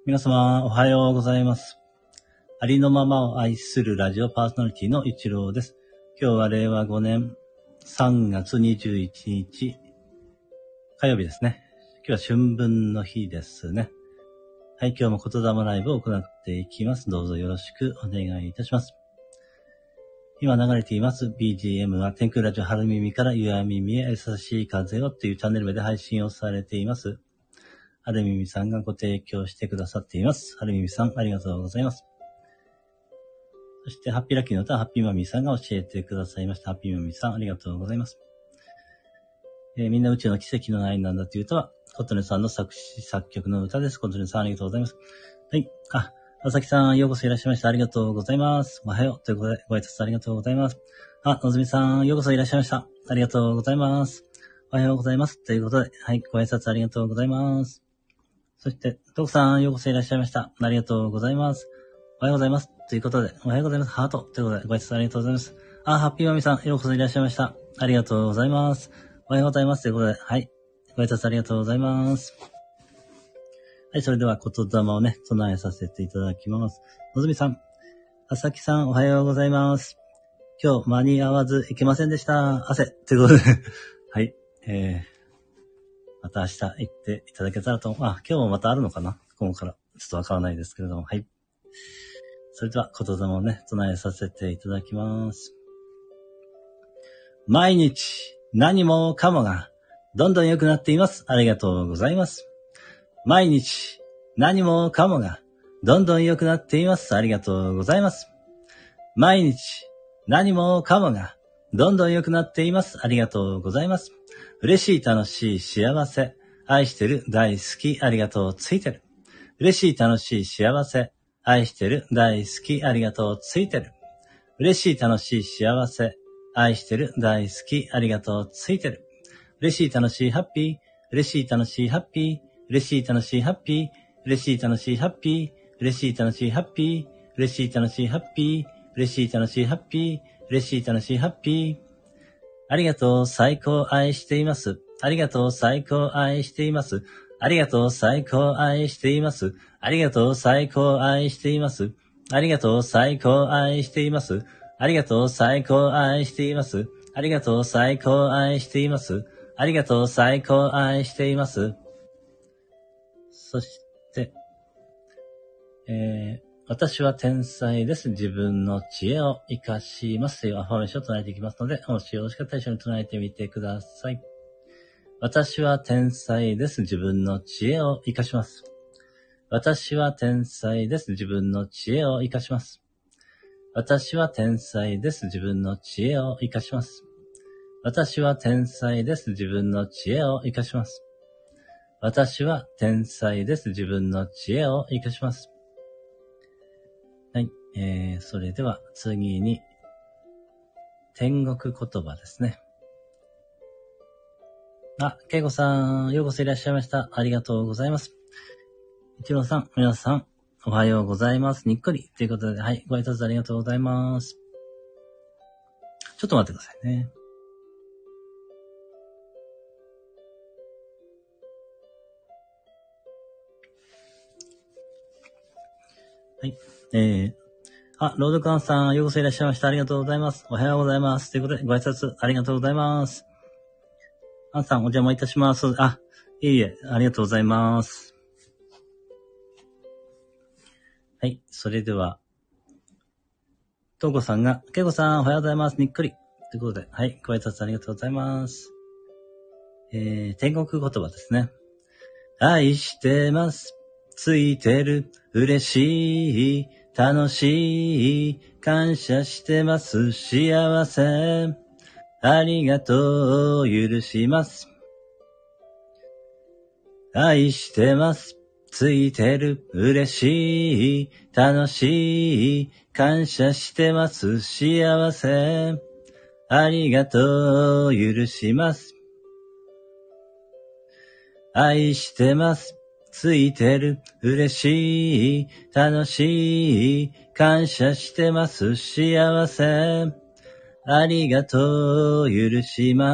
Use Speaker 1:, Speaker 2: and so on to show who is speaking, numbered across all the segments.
Speaker 1: 皆様、おはようございます。ありのままを愛するラジオパーソナリティの一郎です。今日は令和5年3月21日火曜日ですね。今日は春分の日ですね。はい、今日も言霊ライブを行っていきます。どうぞよろしくお願いいたします。今流れています BGM は天空ラジオ春耳から夕闇耳へ優しい風をというチャンネル名で配信をされています。春耳さんがご提供してくださっています。春耳さん、ありがとうございます。そして、ハッピーラッキーの歌はハッピーマミーさんが教えてくださいました。ハッピーマミーさん、ありがとうございます。みんな宇宙の奇跡の愛なんだという歌は、コトネさんの作詞作曲の歌です。コトネさん、ありがとうございます。はい。まさきさん、ようこそいらっしゃいました。ありがとうございます。おはよう。ということで、ご挨拶ありがとうございます。のずみさん、ようこそいらっしゃいました。ありがとうございます。おはようございます。ということで、はい。ご挨拶ありがとうございます。そして、トクさん、ようこそいらっしゃいました。ありがとうございます。おはようございます。ということで、おはようございます。ハート。ということで、ご挨拶ありがとうございます。ハッピーマミさん、ようこそいらっしゃいました。ありがとうございます。おはようございます。ということで、はい。ご挨拶ありがとうございます。はい、それでは言霊をね、唱えさせていただきます。のずみさん、あさきさん、おはようございます。今日間に合わずいけませんでした。汗。ということで、はい。また明日行っていただけたらと、今日もまたあるのかなここからちょっとわからないですけれども、はい。それでは言霊をね、唱えさせていただきます。毎日何もかもがどんどん良くなっています。ありがとうございます。毎日何もかもがどんどん良くなっています。ありがとうございます。毎日何もかもがどんどん良くなっています。ありがとうございます。嬉しい、楽しい、幸せ、愛してる、大好き、ありがとう、ついてる。嬉しい、楽しい、幸せ、愛してる、大好き、ありがとう、ついてる。嬉しい、楽しい、幸せ、愛してる、大好き、ありがとう、ついてる。嬉しい、楽しい、ハッピー、嬉しい、楽しい、ハッピー、嬉しい、楽しい、ハッピー、嬉しい、楽しい、ハッピー、嬉しい、楽しい、ハッピー、嬉しい、楽しい、ハッピー、嬉しい、楽しい、ハッピー、嬉しい、楽しい、ハッピー。ありがとう、最高、愛しています。ありがとう、最高、愛しています。ありがとう、最高、愛しています。ありがとう、最高、愛しています。ありがとう、最高、愛しています。ありがとう、最高、愛しています。ありがとう、最高、愛しています。ありがとう、最高、愛しています。そして、私は天才です。自分の知恵を活かします。というアファメーションを唱えていきますので、もしよろしかったら一緒に唱えてみてください。私は天才です。自分の知恵を活かします。私は天才です。自分の知恵を活かします。私は天才です。自分の知恵を活かします。私は天才です。自分の知恵を活かします。私は天才です。自分の知恵を活かします。はい。それでは次に、天国言葉ですね。けいこさん、ようこそいらっしゃいました。ありがとうございます。一郎さん、皆さん、おはようございます。にっこり。ということで、はい、ご挨拶ありがとうございます。ちょっと待ってくださいね。はい。ロードカンさん、ようこそいらっしゃいました。ありがとうございます。おはようございます。ということで、ご挨拶ありがとうございます。アンさん、お邪魔いたします。いえいえ、ありがとうございます。はい、それでは、トウコさんが、ケイコさん、おはようございます。にっくり。ということで、はい、ご挨拶ありがとうございます。天国言葉ですね。愛してます。ついてる。嬉しい。楽しい。感謝してます。幸せ。ありがとう。許します。愛してます。ついてる。嬉しい。楽しい。感謝してます。幸せ。ありがとう。許します。愛してます。ついてる。嬉しい。楽しい。感謝してます。幸せ。ありがとう。許します。。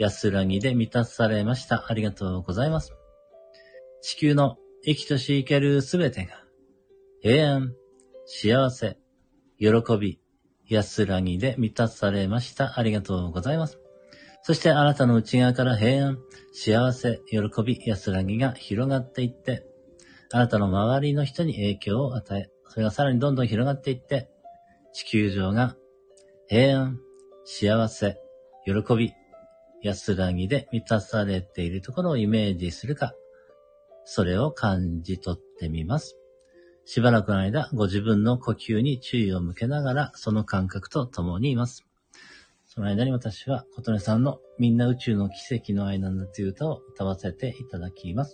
Speaker 1: 安らぎで満たされました。ありがとうございます。地球の生きとし生けるすべてが、平安、幸せ、喜び、安らぎで満たされました。ありがとうございます。そしてあなたの内側から平安、幸せ、喜び、安らぎが広がっていって、あなたの周りの人に影響を与え、それがさらにどんどん広がっていって、地球上が平安、幸せ、喜び、安らぎで満たされているところをイメージするか、それを感じ取ってみます。しばらくの間、ご自分の呼吸に注意を向けながら、その感覚と共にいます。その間に私は、琴音さんのみんな宇宙の奇跡の愛なんだという歌を歌わせていただきます。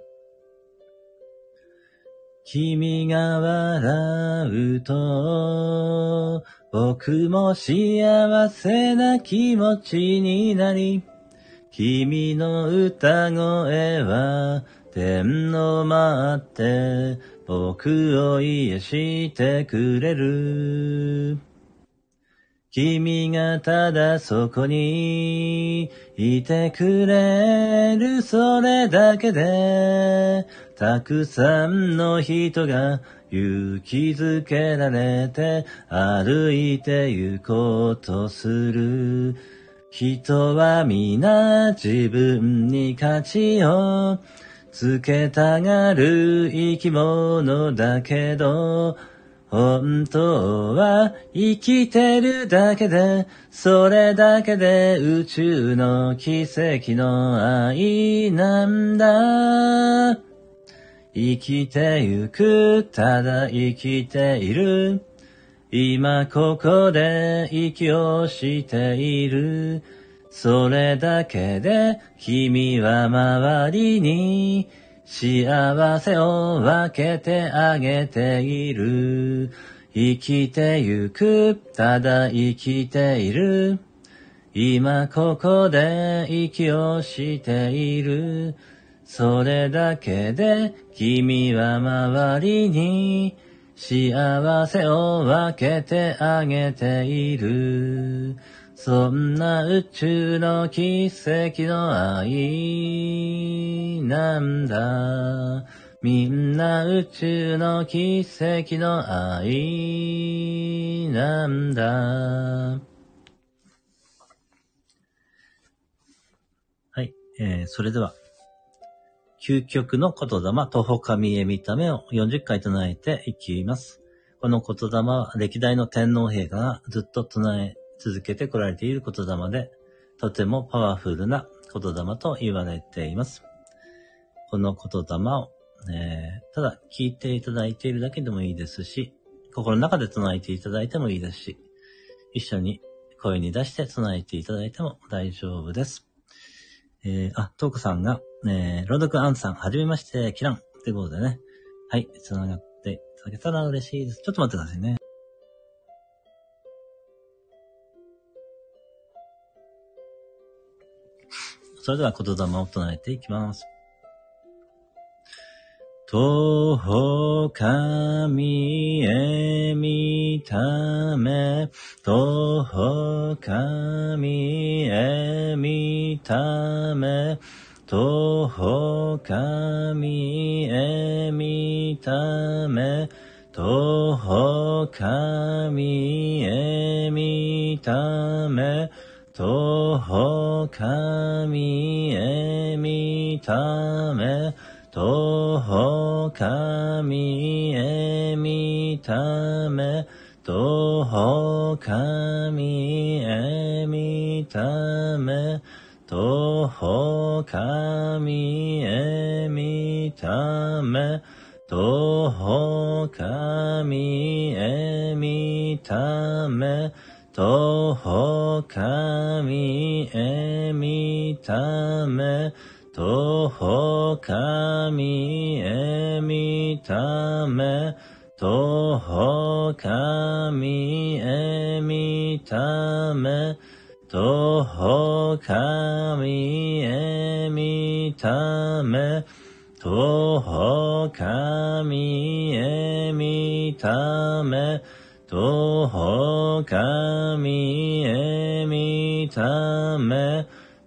Speaker 1: 君が笑うと、僕も幸せな気持ちになり、君の歌声は天を舞って僕を癒してくれる。君がただそこにいてくれる、それだけでたくさんの人が勇気づけられて歩いて行こうとする。人は皆自分に価値をつけたがる生き物だけど、本当は生きてるだけで、それだけで宇宙の奇跡の愛なんだ。生きてゆく、ただ生きている。今ここで息をしている。それだけで君は周りに幸せを分けてあげている。生きてゆく、ただ生きている。今ここで息をしている。それだけで君は周りに幸せを分けてあげている。そんな宇宙の奇跡の愛なんだ。みんな宇宙の奇跡の愛なんだ。はい、それでは究極の言霊、徒歩神へ見た目を40回唱えていきます。この言霊は歴代の天皇陛下がずっと唱え続けてこられている言霊で、とてもパワフルな言霊と言われています。この言霊を、ただ聞いていただいているだけでもいいですし、心の中で唱えていただいてもいいですし、一緒に声に出して唱えていただいても大丈夫です。トークさんが、朗読アンさん、はじめまして、キラン。ということでね。はい、繋がっていただけたら嬉しいです。ちょっと待ってくださいね。それでは言霊を唱えていきます。徒歩神へ見た目、徒歩神へ見た目、徒歩神へ見た目、徒歩神へ見た目、徒歩神へ見た目、徒歩神へ見た目、徒歩神へ見た目、徒歩神へ見た目、徒歩神へ見た目、徒歩神へ見た目、徒歩神へ見た目、徒歩神へ見た目、徒歩神へ見た目、徒歩神へ見た目、徒歩神へ見た目、